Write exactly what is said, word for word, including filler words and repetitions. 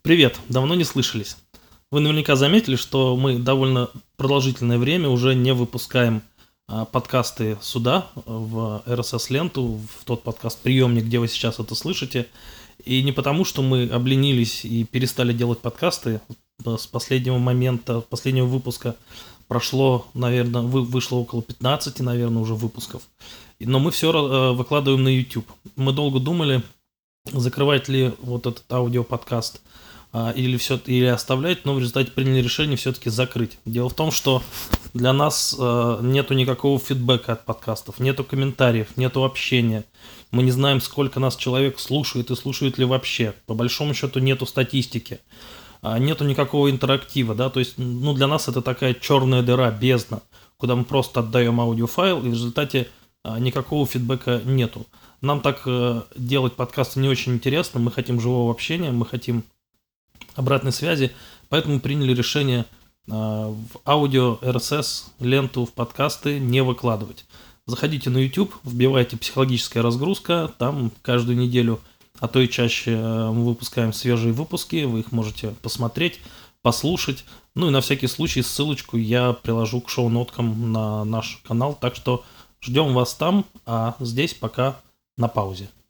Привет, давно не слышались. Вы наверняка заметили, что мы довольно продолжительное время уже не выпускаем а, подкасты сюда, в эр эс эс-ленту, в тот подкаст-приемник, где вы сейчас это слышите. И не потому, что мы обленились и перестали делать подкасты. а С последнего момента, последнего выпуска прошло, наверное, вы, вышло около пятнадцати, наверное, уже выпусков. И- Но мы все выкладываем на YouTube. Мы долго думали, закрывать ли вот этот аудиоподкаст а, или все или оставлять, но в результате приняли решение все-таки закрыть. Дело в том, что для нас э, нету никакого фидбэка от подкастов, нету комментариев, нету общения. Мы не знаем, сколько нас человек слушает и слушает ли вообще. По большому счету нету статистики, а, нету никакого интерактива, да, то есть, ну, для нас это такая черная дыра, бездна, куда мы просто отдаем аудиофайл, и в результате а, никакого фидбэка нету. Нам так э, делать подкасты не очень интересно, мы хотим живого общения, мы хотим обратной связи, поэтому приняли решение э, в аудио эр эс эс ленту в подкасты не выкладывать. Заходите на YouTube, вбивайте «Психологическая разгрузка», там каждую неделю, а то и чаще э, мы выпускаем свежие выпуски, вы их можете посмотреть, послушать. Ну и на всякий случай ссылочку я приложу к шоу-ноткам на наш канал, так что ждем вас там, а здесь пока на паузе.